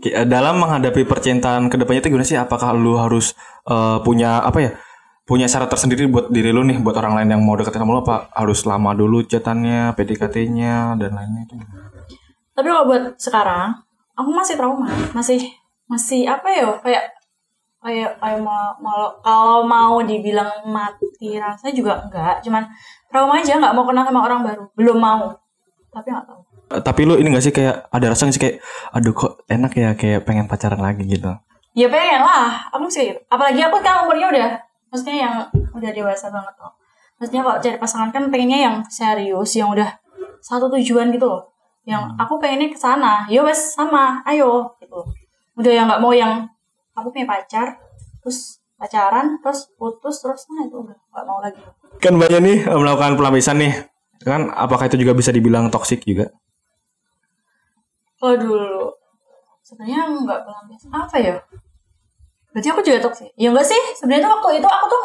dalam menghadapi percintaan kedepannya itu gimana sih? Apakah lu harus punya apa ya? Punya syarat tersendiri buat diri lu nih, buat orang lain yang mau deketin sama lu, apa harus lama dulu chatannya, PDKT-nya dan lainnya itu? Tapi kalau buat sekarang, aku masih trauma, masih apa ya? Kayak kalau mau dibilang mati rasa juga enggak, cuman trauma aja, nggak mau kenal sama orang baru, belum mau, tapi nggak tahu. Tapi lu ini gak sih kayak ada rasa gak sih kayak aduh kok enak ya kayak pengen pacaran lagi gitu? Ya pengen lah, aku sih gitu. Apalagi aku kan umurnya udah, maksudnya yang udah dewasa banget loh. Maksudnya kalau cari pasangan kan pengennya yang serius, yang udah satu tujuan gitu loh. Yang aku pengennya ke sana, yo wes sama, ayo gitu. Udah yang nggak mau yang aku punya pacar, terus pacaran, terus putus, terus nah itu udah nggak mau lagi. Kan banyak nih melakukan pelampiasan nih, kan apakah itu juga bisa dibilang toksik juga? Kalau dulu sebenarnya nggak pelampiasan apa ya? Berarti aku juga toksik. Ya enggak sih, sebenarnya waktu itu aku tuh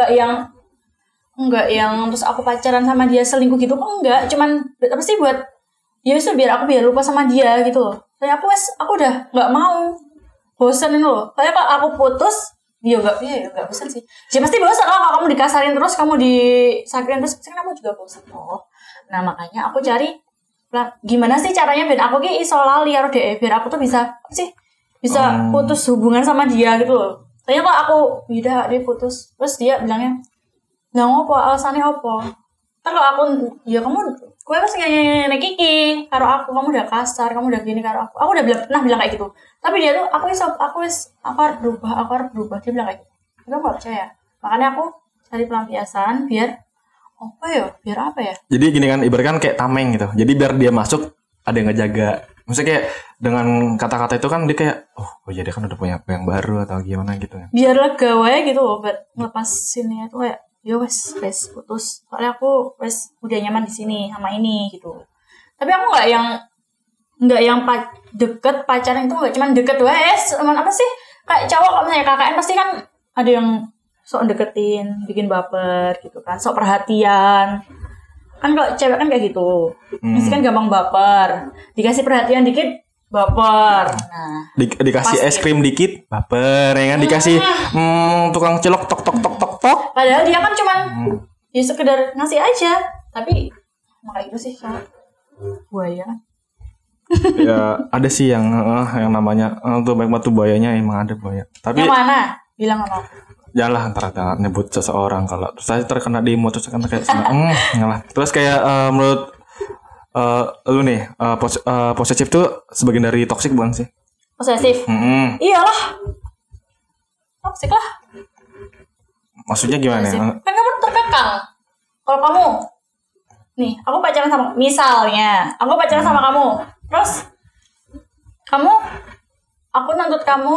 enggak yang terus aku pacaran sama dia selingkuh gitu kok enggak, cuman apa sih buat ya wis biar lupa sama dia gitu loh. Kayak aku udah enggak mau. Bosan loh. Kayak kalau aku putus, ya enggak bosan sih. Ya pasti bosan kalau kamu dikasarin terus, kamu disakitin terus, pasti kamu juga bosan loh. Nah, makanya aku cari gimana sih caranya biar aku iso lali karo dhek, biar aku tuh bisa putus hubungan sama dia gitu loh. Tanya kok aku dia putus, terus dia bilangnya nggak ngopo, alasannya apa? Kalau aku ya kue pasti ngene Kiki karo aku, kamu udah kasar, kamu udah gini karo aku udah pernah bilang kayak gitu. Tapi dia tuh aku harus berubah, dia bilang kayak gitu. Aku nggak percaya, makanya aku cari pelampiasan biar apa ya? Jadi gini kan, ibaratkan kayak tameng gitu. Jadi biar dia masuk ada yang ngejaga. Maksudnya kayak dengan kata-kata itu kan dia kayak oh jadi kan udah punya yang baru atau gimana gitu ya. Biar lega wae gitu loh, buat ngelepasinnya tuh kayak ya wes putus. Soalnya aku udah nyaman di sini sama ini gitu. Tapi aku nggak yang deket pacaran itu, nggak cuman deket wes. Apa sih? Kayak cowok kalau misalnya KKN pasti kan ada yang sok deketin, bikin baper gitu kan, sok perhatian. Kan kalau cewek kan kayak gitu, mesti kan gampang baper, dikasih perhatian dikit baper. Nah, dikasih es krim dikit baper ya kan, dikasih tukang celok tok. Padahal dia kan cuman ya sekedar ngasih aja, tapi makanya itu sih kan buaya. Ya ada sih yang namanya tuh baik batu buayanya, emang ada buaya. Tapi yang mana? Bilang apa? Janganlah antara nyebut seseorang, kalau saya terkena demo terus kan kayak ngalah. Terus kayak menurut lu nih posesif tuh sebagian dari toksik bukan sih? Posesif? Iyalah, toksik lah. Maksudnya gimana? Kan kamu terkekang. Kalau kamu nih, aku pacaran sama kamu, terus aku nuntut kamu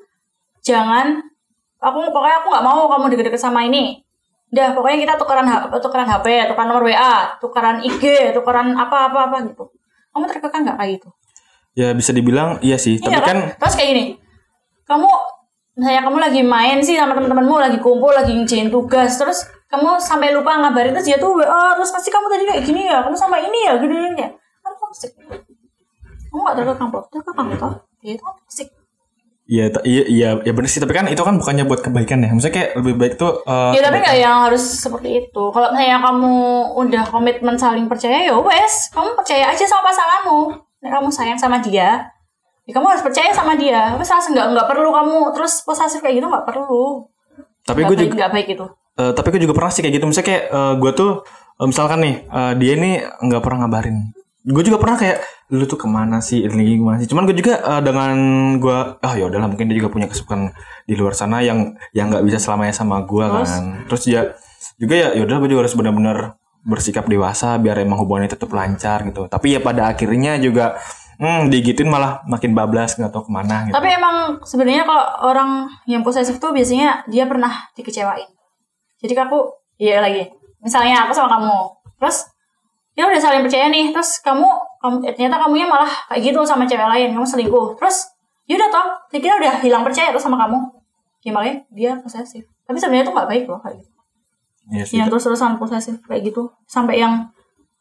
pokoknya aku nggak mau kamu deket-deket sama ini. Udah, pokoknya kita tukeran HP, tukeran nomor WA, tukeran IG, tukeran apa gitu. Kamu terkekang nggak kayak gitu? Ya bisa dibilang iya sih, iya, tapi kan terus kayak gini, kamu lagi main sih sama teman-temanmu, lagi kumpul, lagi ngerjain tugas, terus kamu sampai lupa ngabarin terus dia tuh terus pasti kamu tadi kayak gini ya, kamu sama ini ya, gini ya, kan toksik. Kamu nggak terkekang toh? Itu toksik. Iya benar sih, tapi kan itu kan bukannya buat kebaikan ya. Maksudnya kayak lebih baik tuh ya tapi nggak yang harus seperti itu. Kalau misalnya kamu udah komitmen saling percaya, ya wes, kamu percaya aja sama pasanganmu. Nek kamu sayang sama dia, ya kamu harus percaya sama dia. Wes langsung nggak perlu kamu terus posesif kayak gitu, nggak perlu. Tapi gue juga nggak baik itu. Tapi gue juga pernah sih kayak gitu. Misalnya kayak gue tuh misalkan nih dia ini nggak pernah ngabarin. Gue juga pernah kayak lu tuh kemana sih, ini gimana sih. Cuman gue juga dengan gue ya udahlah, mungkin dia juga punya kesibukan di luar sana yang nggak bisa selamanya sama gue kan. Terus dia juga ya udah, gue juga harus benar-benar bersikap dewasa biar emang hubungannya tetap lancar gitu. Tapi ya pada akhirnya juga digituin malah makin bablas, nggak tahu kemana gitu. Tapi emang sebenarnya kalau orang yang posesif tuh biasanya dia pernah dikecewain. Jadi aku misalnya aku sama kamu, terus kita udah saling percaya nih, terus kamu ternyata kamunya malah kayak gitu sama cewek lain, kamu selingkuh, terus yaudah toh kita udah hilang percaya tuh sama kamu, gimana dia posesif. Tapi sebenarnya itu nggak baik loh kayak gitu. Yes, yang terus-terusan posesif kayak gitu sampai yang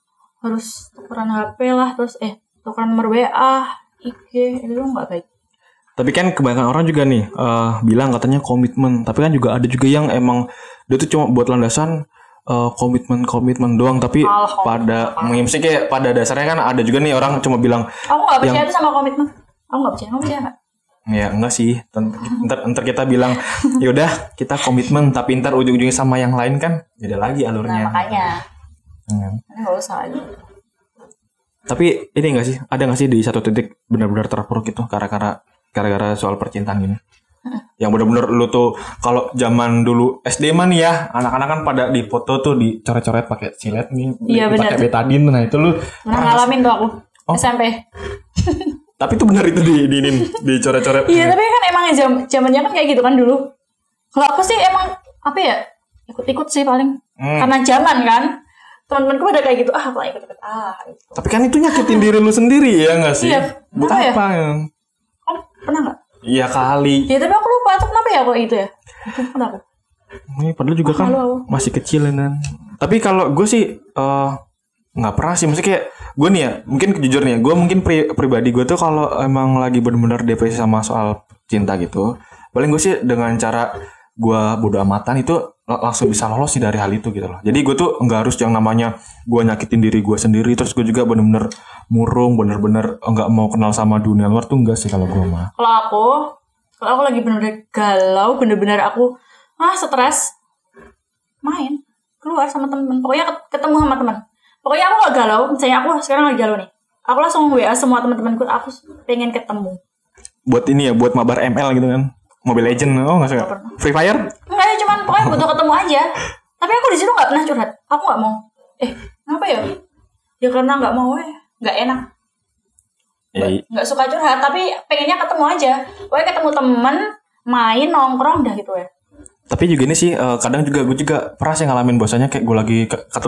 harus tukeran HP lah, terus tukeran nomor WA, IG, itu nggak baik. Tapi kan kebanyakan orang juga nih bilang katanya komitmen. Tapi kan juga ada juga yang emang dia tuh cuma buat landasan komitmen doang. Tapi mungkin kayak pada dasarnya kan ada juga nih orang cuma bilang. Aku nggak percaya itu sama komitmen. Aku nggak percaya. Kamu percaya nggak? Ya enggak sih. Ntar kita bilang yaudah kita komitmen. Tapi ntar ujung-ujungnya sama yang lain kan beda lagi alurnya. Nah makanya. Nggak usah aja. Tapi ini enggak sih? Ada nggak sih di satu titik benar-benar terpuruk gitu gara-gara soal percintaan gini? Yang benar-benar lu tuh kalau zaman dulu SD mah nih ya, anak-anak kan pada di foto tuh dicoret-coret pakai silet nih, pakai betadine. Nah, itu lu pernah ngalamin tuh aku SMP. Tapi itu benar itu dicoret-coret. Iya, tapi kan emang zamannya kan kayak gitu kan dulu. Kalau aku sih emang apa ya? Ikut-ikut sih paling. Karena zaman kan. Teman-temanku pada kayak gitu, aku ikut-ikut gitu. Tapi kan itu nyakitin diri lu sendiri ya enggak sih? Iya. Buat apa ya? Kamu pernah enggak? Iya kali. Ya tapi aku lupa itu kenapa ya kok itu ya. Kenapa? Ini padahal juga kan masih kecil kan. Tapi kalau gue sih nggak pernah sih. Maksudnya kayak gue nih ya, mungkin jujur nih ya, gue mungkin pribadi gue tuh kalau emang lagi benar-benar depresi sama soal cinta gitu, paling gue sih dengan cara gue bodo amatan itu langsung bisa lolos sih dari hal itu gitu loh. Jadi gue tuh nggak harus yang namanya gue nyakitin diri gue sendiri, terus gue juga benar-benar murung, benar-benar nggak mau kenal sama dunia luar tuh enggak sih kalau gue mah. Kalau aku lagi benar-benar galau, benar-benar aku stres, main keluar sama temen, pokoknya ketemu sama teman. Pokoknya aku gak galau, misalnya aku sekarang lagi galau nih, aku langsung WA semua teman-temanku, aku pengen ketemu. Buat ini ya, buat mabar ML gitu kan, Mobile Legend, nggak suka? Free Fire? Enggak ya, cuman pokoknya butuh ketemu aja. Tapi aku di situ nggak pernah curhat, aku nggak mau. Kenapa ya? Ya karena nggak mau nggak enak. Nggak suka curhat, tapi pengennya ketemu aja. Pokoknya ketemu temen, main, nongkrong, udah gitu ya. Tapi juga ini sih kadang juga gue juga pernah sih ngalamin bahwasanya kayak gue lagi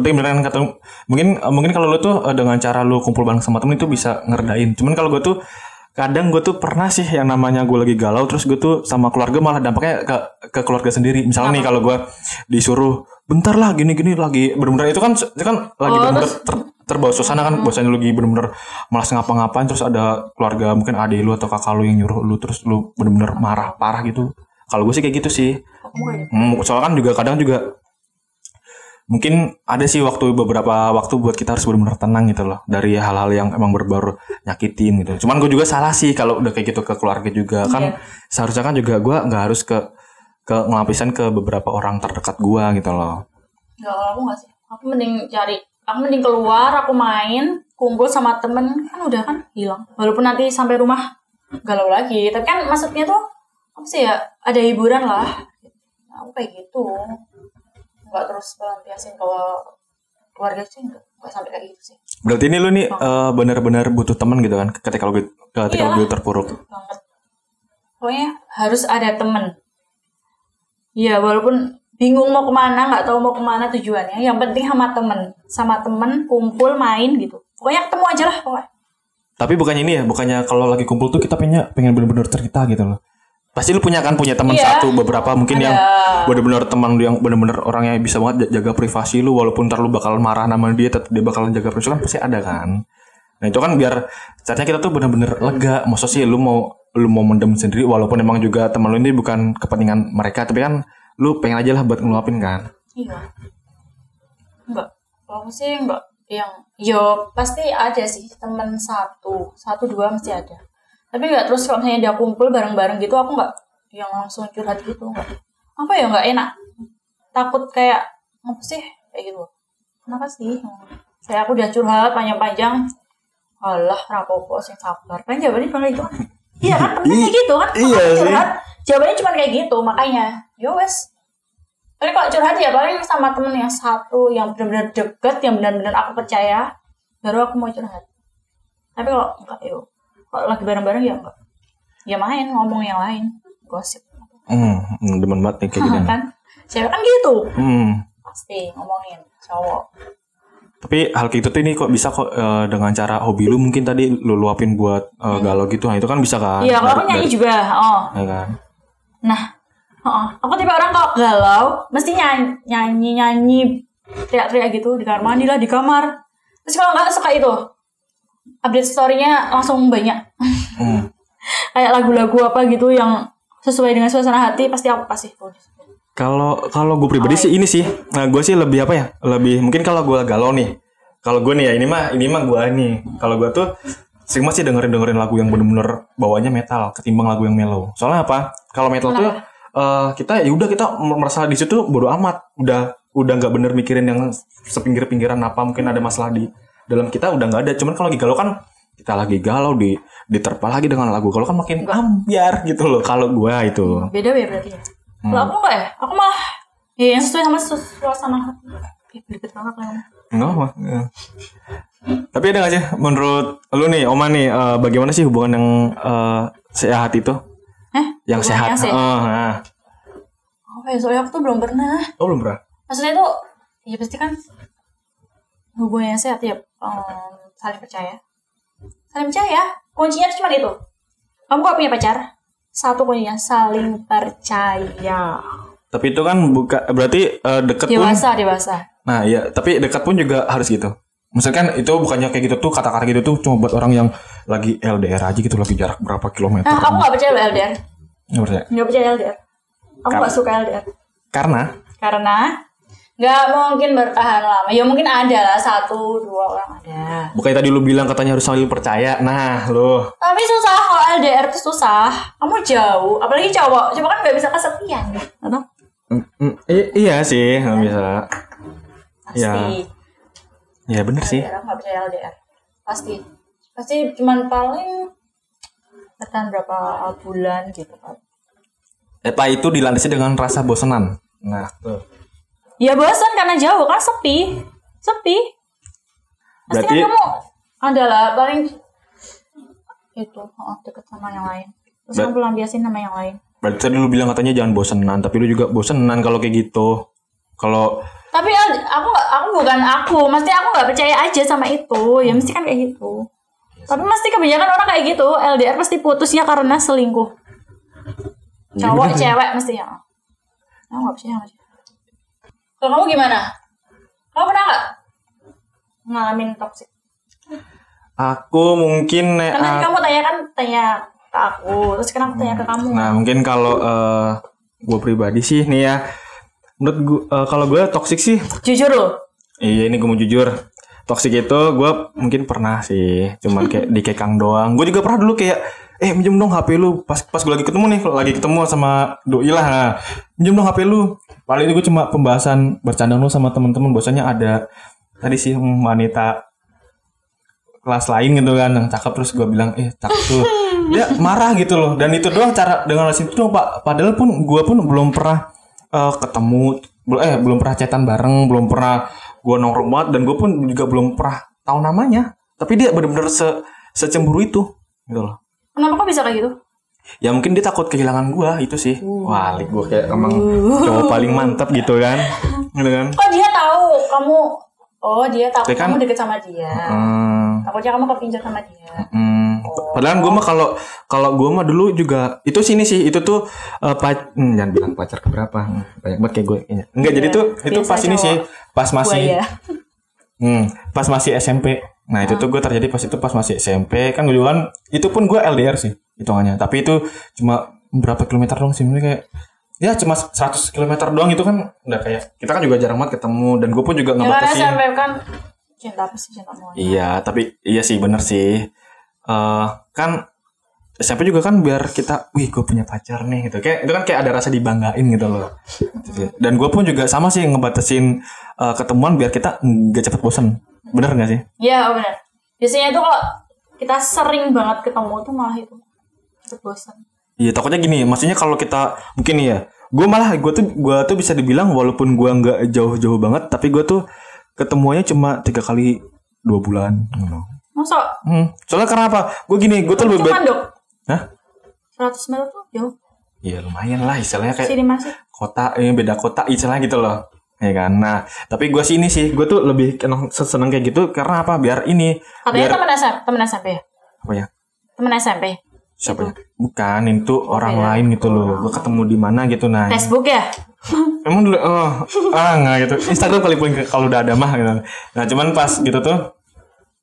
mungkin kalau lu tuh dengan cara lu kumpul bareng sama temen itu bisa ngeredain. Cuman kalau gue tuh kadang gue tuh pernah sih yang namanya gue lagi galau terus gue tuh sama keluarga malah dampaknya ke keluarga sendiri. Misalnya nih kalau gue disuruh bentar lah gini-gini lagi benar-benar itu kan lagi benar-benar terbawa suasana kan bahwasanya lu lagi benar-benar malas ngapa-ngapain terus ada keluarga mungkin adik lu atau kakak lu yang nyuruh lu terus lu benar-benar marah parah gitu. Kalau gue sih kayak gitu sih. Soalnya kan juga kadang juga mungkin ada sih beberapa waktu buat kita harus benar-benar tenang gitu loh dari hal-hal yang emang berbau nyakitin gitu. Cuman gue juga salah sih kalau udah kayak gitu ke keluarga juga kan seharusnya kan juga gue nggak harus ke ngelapisan ke beberapa orang terdekat gue gitu loh. Nggak, aku nggak sih. Aku mending keluar, aku main, kumpul sama temen kan udah kan hilang. Walaupun nanti sampai rumah galau lagi, tapi kan maksudnya tuh apa sih ya ada hiburan lah. Aku kayak gitu. Nggak terus pelampiasin kalau keluarga sih nggak sampai kayak gitu sih. Berarti ini lu nih benar-benar butuh teman gitu kan ketika lu terpuruk. Banget. Pokoknya harus ada teman. Ya walaupun bingung mau kemana, nggak tahu mau kemana tujuannya. Yang penting sama temen kumpul main gitu. Pokoknya ketemu aja lah pokoknya. Tapi bukannya kalau lagi kumpul tuh kita pengen benar-benar cerita gitu loh. Pasti lu punya teman satu beberapa mungkin ada. Yang benar-benar teman lu yang benar-benar orang yang bisa banget jaga privasi lu walaupun ntar lu bakal marah sama dia tetap dia bakalan jaga privasi kan pasti ada kan. Nah itu kan biar caranya kita tuh benar-benar lega. Maksudnya sih lu mau mendem sendiri walaupun emang juga teman lu ini bukan kepentingan mereka tapi kan lu pengen aja lah buat ngeluapin kan. Iya. Enggak. Kalau sih enggak yang pasti ada sih teman satu dua mesti ada. Tapi nggak terus kalau misalnya dia kumpul bareng-bareng gitu aku nggak yang langsung curhat gitu nggak. Apa ya nggak enak. Takut kayak apa sih kayak gitu. Kenapa sih? Saya aku udah curhat panjang-panjang. Alah rapopo sing sabar. Kan jawabannya cuma gitu kan. Iya kan kayak gitu kan. Iya curhat. Jawabannya cuma kayak gitu makanya. Yo wes. Tapi kalau curhat ya paling sama temen yang satu yang benar-benar deket yang benar-benar aku percaya baru aku mau curhat. Tapi kalau enggak kalau lagi bareng-bareng ya enggak. Ya main, ngomong yang lain. Gosip. Demen banget nih kayak gini. Kan? Cewek kan gitu. Pasti ngomongin cowok. Tapi hal kayak gitu tuh ini kok bisa dengan cara hobi lu mungkin tadi lu luapin buat galau gitu. Nah itu kan bisa kan. Iya, kalau aku nyanyi juga. Ya kan. Nah, aku tipe orang kalau galau mesti nyanyi teriak-teriak gitu di kamar mandi lah di kamar. Terus kalau enggak suka itu update story-nya langsung banyak. kayak lagu-lagu apa gitu yang sesuai dengan suasana hati, pasti aku kasih bonus. Kalau gue pribadi sih ini sih, nah gue sih lebih apa ya? Lebih mungkin kalau gue galau nih. Kalau gue nih ya ini mah gue nih. Kalau gue tuh sering masih dengerin lagu yang bener-bener bawanya metal ketimbang lagu yang mellow. Soalnya apa? Kalau metal tuh kita ya udah kita merasa di situ bodo amat. Udah nggak bener mikirin yang sepinggir-pinggiran apa mungkin ada masalah di dalam kita udah nggak ada. Cuman kalau lagi galau kan kita lagi galau diterpa lagi dengan lagu galau kan makin ambiar gitu loh. Kalau gue itu. Beda ya berarti ya. Kalau aku enggak ya, aku malah ya yang sesuai sama suasana hati. Belibet banget lah. Enggak apa. Ya. Tapi ada gak sih menurut lu nih, Oma nih, bagaimana sih hubungan yang sehat itu? Yang sehat. Oke, soalnya aku tuh belum pernah. Oh, belum pernah. Maksudnya itu, ya pasti kan hubungan yang sehat ya, saling percaya. Saling percaya, kuncinya cuma itu. Kamu gak punya pacar? Satu kuncinya, saling percaya. Tapi itu kan berarti dekat pun. Dewasa. Nah, iya, tapi dekat pun juga harus gitu. Misalkan itu bukannya kayak gitu tuh kata-kata gitu tuh cuma buat orang yang lagi LDR aja gitu, lagi jarak berapa kilometer. Nah, aku gak percaya LDR. Nggak percaya LDR. Aku gak suka LDR. Karena gak mungkin bertahan lama. Ya mungkin ada lah 1-2 orang ada. bukannya tadi lu bilang katanya harus saling percaya. Nah, lu. Tapi susah kalau LDR tuh susah. Kamu jauh, apalagi cowok. Coba kan gak bisa kesepian, atau? Iya sih, nggak bisa. Pasti. Ya bener sih. Aku gak percaya LDR. Pasti cuman paling bertahan berapa bulan gitu kan. Itu dilandasi dengan rasa bosanan. Nah, tuh. Ya bosan karena jauh kan sepi. Pasti Berarti kan kamu adalah paling itu deket sama yang lain. Terus kamu pelampiasin sama yang lain. Berarti tadi lu bilang katanya jangan bosanan, tapi lu juga bosanan kalau kayak gitu. Tapi aku bukan aku, mesti aku nggak percaya aja sama itu. Ya mesti kan kayak gitu. Tapi mesti kebanyakan orang kayak gitu. LDR pasti putusnya karena selingkuh. Cowok, cewek mesti ya. Aku nggak percaya sama dia. Kalau kamu gimana? Kamu pernah nggak ngalamin toxic? Aku mungkin Karena kamu tanya ke aku, terus sekarang aku tanya ke kamu. Nah, mungkin kalau gue pribadi sih nih ya, menurut gue kalau gue toxic sih. Jujur loh. Iya, ini gue mau jujur. Toxic itu gue mungkin pernah sih, cuman kayak dikekang doang. Gue juga pernah dulu kayak minjem dong HP lu pas gue lagi ketemu sama doi lah. Nah, minjem dong HP lu. Paling itu gue cuma pembahasan bercanda lu sama teman-teman. Bahwasanya ada tadi sih wanita kelas lain gitu kan yang cakep, terus gue bilang cakep tuh. Dia marah gitu loh. Dan itu doang cara dengan alasan itu Pak. Padahal gue pun belum pernah ketemu, belum pernah chatan bareng, belum pernah gue nongkrong banget, dan gue pun juga belum pernah tahu namanya. Tapi dia benar-benar secemburu itu gitu loh. Kenapa kok bisa kayak gitu? Ya mungkin dia takut kehilangan gue, itu sih. Wah, gue kayak emang cowok paling mantap gitu kan. Gitu kan. Kok dia tahu kamu? Oh, dia tahu kan, kamu deket sama dia. Takutnya kamu kepincut sama dia. Padahal gue mah kalau gue mah dulu juga itu sini sih, itu tuh jangan bilang pacar keberapa, banyak banget kayak gue. Enggak, jadi tuh itu pas ini sih, pas masih pas masih SMP. Nah itu tuh gue terjadi pas masih SMP kan, gue juga kan itu pun gue LDR sih hitungannya, tapi itu cuma berapa kilometer doang sih, kayak ya cuma 100 kilometer doang. Itu kan udah kayak kita kan juga jarang banget ketemu, dan gue pun juga ngebatasin. Ya SMP kan cinta apa sih, cinta monyet. Iya, tapi iya sih bener sih. Kan SMP juga kan biar kita, gue punya pacar nih gitu. Kayak itu kan kayak ada rasa dibanggain gitu loh. Dan gue pun juga sama sih ngebatasin ketemuan biar kita nggak cepet bosan. Bener nggak sih? Iya bener. Biasanya tuh kalau kita sering banget ketemu tuh malah itu cepet bosan. Iya, takutnya gini. Maksudnya kalau kita mungkin ya, gue tuh bisa dibilang walaupun gue nggak jauh-jauh banget, tapi gue tuh ketemuannya cuma 3 kali 2 bulan. Masa? Soalnya karena apa? Gue tuh lebih baik. Hah? 100 meter tuh jauh. Iya lumayan lah, istilahnya kayak sini masih. Kota, beda kota istilahnya gitu loh. Ya kan. Nah, tapi gue sih ini sih, gue tuh lebih seneng kayak gitu karena apa? Biar ini. Katanya teman SMP ya? Apa ya? Teman SMP. Siapa ya? Bukan, itu orang lain gitu loh. Gue ketemu di mana gitu. Nah. Facebook ya? Emang dulu nggak gitu. Instagram kali pun kalau udah ada mah gitu. Nah, cuman pas gitu tuh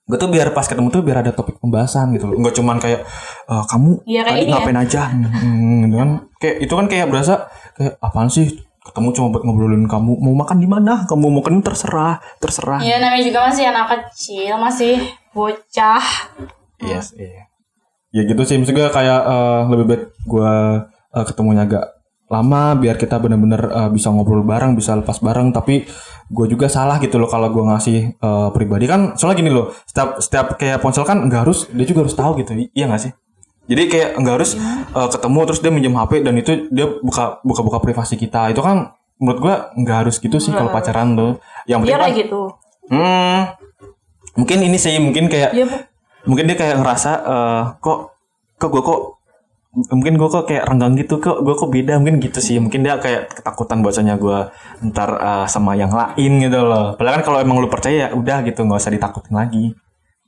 gue tuh biar pas ketemu tuh biar ada topik pembahasan gitu loh. Nggak cuman kayak kamu Iya, kayak tadi ini ngapain aja gitu kan. Kayak itu kan kayak berasa kayak apaan sih ketemu cuma buat ngobrolin kamu mau makan di mana, kamu mau makan terserah. Iya, namanya juga masih anak kecil, masih bocah. Yes, iya. Ya gitu sih, maksudnya kayak lebih baik gue ketemunya agak lama biar kita benar-benar bisa ngobrol bareng, bisa lepas bareng. Tapi gue juga salah gitu loh kalau gue ngasih pribadi kan. Soalnya gini loh, setiap kayak ponsel kan nggak harus, dia juga harus tahu gitu, iya nggak sih? Jadi kayak nggak harus ketemu terus dia minjem HP dan itu dia buka privasi kita. Itu kan menurut gue nggak harus gitu sih kalau pacaran tuh. Yang penting Iya kayak kan, gitu. mungkin ini sih mungkin kayak Iya, Bu. mungkin dia kayak ngerasa kok gue mungkin gue kok kayak renggang gitu, kok gue kok beda, mungkin gitu sih. Mungkin dia kayak ketakutan bahwasanya gue ntar sama yang lain gitu loh. Padahal kan kalau emang lu percaya ya udah gitu, nggak usah ditakutin lagi.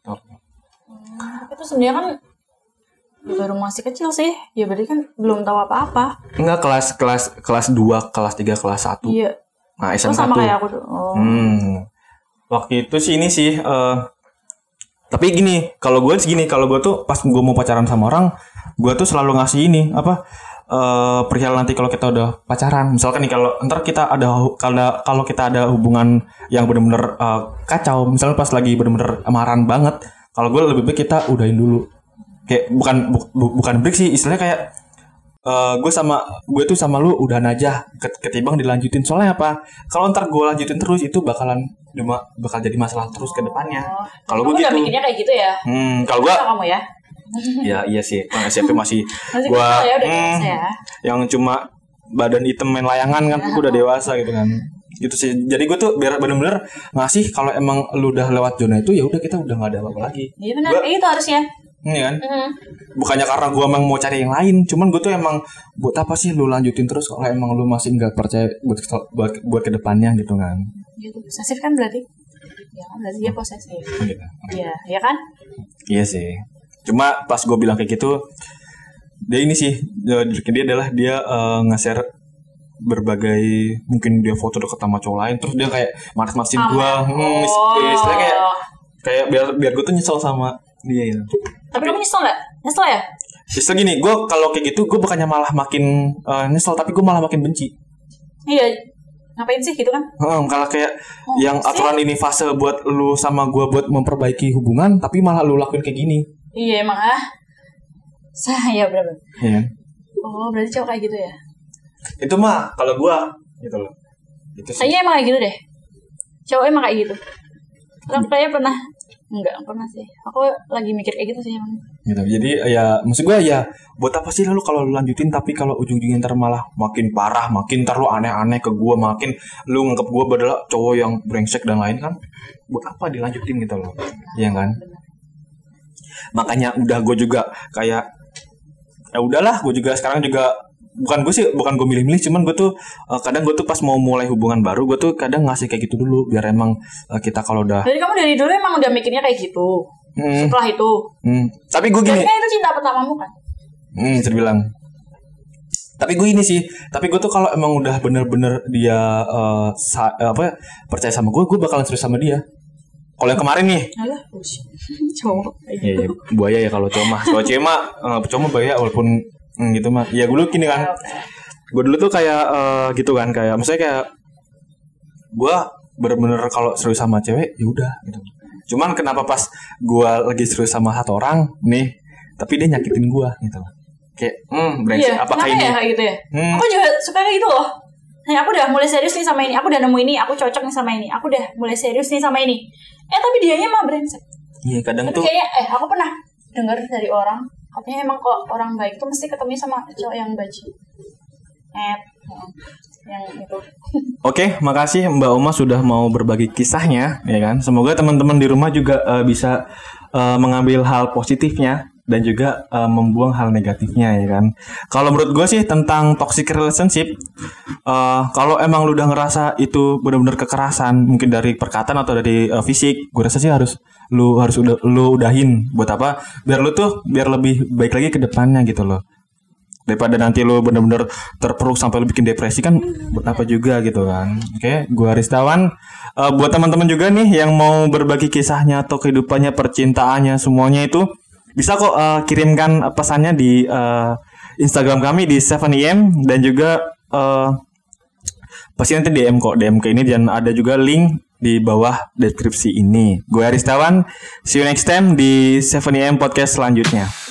Itu sebenarnya kan baru masih kecil sih. Ya berarti kan belum tahu apa-apa. Enggak, kelas 2, kelas 3, kelas 1. Iya. Nah, Itu SMK sama tuh. kayak aku tuh. Oh. Waktu itu sih ini sih tapi gini, kalau gue tuh pas gue mau pacaran sama orang, gue tuh selalu ngasih ini perihal nanti kalau kita udah pacaran. Misalkan nih kalau ntar kita kalau kita ada hubungan yang benar-benar kacau, misalnya pas lagi benar-benar marahan banget, kalau gue lebih baik kita udahin dulu. Kayak bukan break sih, istilahnya kayak gue tuh sama lu udahan aja ketimbang dilanjutin. Soalnya apa? Kalau ntar gue lanjutin terus itu bakal jadi masalah terus ke depannya. Kalau gue gitu. Udah mikirnya kayak gitu ya. Kalau gue Kamu ya. ya iya sih. SMP masih Masih gue kecil ya, udah dewasa ya. yang cuma badan hitam main layangan kan, gue udah dewasa gitu kan. Gitu sih. Jadi gue tuh biar bener-bener ngasih kalau emang lu udah lewat zona itu ya udah kita udah nggak ada apa-apa lagi. Iya benar, kayak gitu harusnya. Ini kan, bukannya karena gue emang mau cari yang lain, cuman gue tuh emang buat apa sih lu lanjutin terus kalau emang lu masih nggak percaya buat kedepannya gitu kan? Gitu, posesif kan berarti? Ya kan berarti dia posesif. Gitu. Iya, ya kan? Iya sih. Cuma pas gue bilang kayak gitu, dia ini sih, dia adalah dia nge-share berbagai mungkin dia foto deket sama cowok lain, terus dia kayak manas-manasin gue, istilahnya kayak biar gue tuh nyesel sama dia gitu. Tapi kamu nyesel nggak? Nyesel ya? Nyesel gini, gue kalau kayak gitu gue bukannya malah makin nyesel, tapi gue malah makin benci. Iya. Ngapain sih gitu kan? Kalau kayak yang aturan ini fase buat lu sama gue buat memperbaiki hubungan, tapi malah lu lakuin kayak gini. Iya emang Saya berapa? Iya. Oh berarti cowok kayak gitu ya? Itu mah kalau gue gitu loh. Itu sih. Kayaknya emang kayak gitu deh. Cowok emang kayak gitu. Kayaknya pernah. Enggak pernah sih. Aku lagi mikir kayak gitu sih emang. Gitu. Jadi ya maksud gue ya buat apa sih lalu kalau lu lanjutin tapi kalau ujung-ujungnya ntar malah makin parah, makin ntar lu aneh-aneh ke gue, makin lu nganggep gue adalah cowok yang brengsek dan lain kan. Buat apa dilanjutin gitu loh. Iya kan? Makanya udah gue juga kayak ya udahlah, gue juga sekarang juga bukan gue milih-milih, cuman gue tuh kadang gue tuh pas mau mulai hubungan baru gue tuh kadang ngasih kayak gitu dulu biar emang kita kalau udah. Jadi kamu dari dulu emang udah mikirnya kayak gitu. Setelah itu. Tapi gue gini. Kayaknya itu cinta pertamamu kan? Bisa dibilang. Tapi gue ini sih. Tapi gue tuh kalau emang udah bener-bener dia percaya sama gue bakalan serius sama dia. Kalau yang kemarin nih. Alah, cowok. Iya, buaya ya kalau cowok mah. Kalau cewek mah cowok mah buaya walaupun gitu mah. Ya gue dulu gini kan. Gue dulu tuh kayak gitu kan, kayak maksudnya kayak gue bener-bener kalau serius sama cewek ya udah gitu. Cuman kenapa pas gue lagi serius sama satu orang nih, tapi dia nyakitin gue gitu. Kayak brengsek iya, apakah ini? Ya kayak gitu ya? Aku juga suka kayak gitu loh. Nah, aku udah mulai serius nih sama ini. Aku udah nemu ini, aku cocok nih sama ini. Aku udah mulai serius nih sama ini. Tapi dianya mah brengsek. Iya, kadang tapi tuh kayaknya aku pernah dengar dari orang, katanya emang kalau orang baik tuh mesti ketemu sama cowok yang baji. Yang itu. Oke, makasih Mbak Uma sudah mau berbagi kisahnya, ya kan. Semoga teman-teman di rumah juga bisa mengambil hal positifnya dan juga membuang hal negatifnya, ya kan. Kalau menurut gue sih tentang toxic relationship, kalau emang lu udah ngerasa itu benar-benar kekerasan, mungkin dari perkataan atau dari fisik, gue rasa sih lu udahin. Buat apa? Biar lu tuh biar lebih baik lagi ke depannya gitu loh. Daripada nanti lu bener-bener terpuruk sampai lu bikin depresi kan buat apa juga gitu kan. Oke, gua Ristawan. Buat teman-teman juga nih yang mau berbagi kisahnya atau kehidupannya, percintaannya, semuanya itu bisa kok kirimkan pesannya di Instagram kami di 7am dan juga pasti nanti DM ke ini dan ada juga link di bawah deskripsi ini. Gue Aristawan, see you next time di 7am podcast selanjutnya.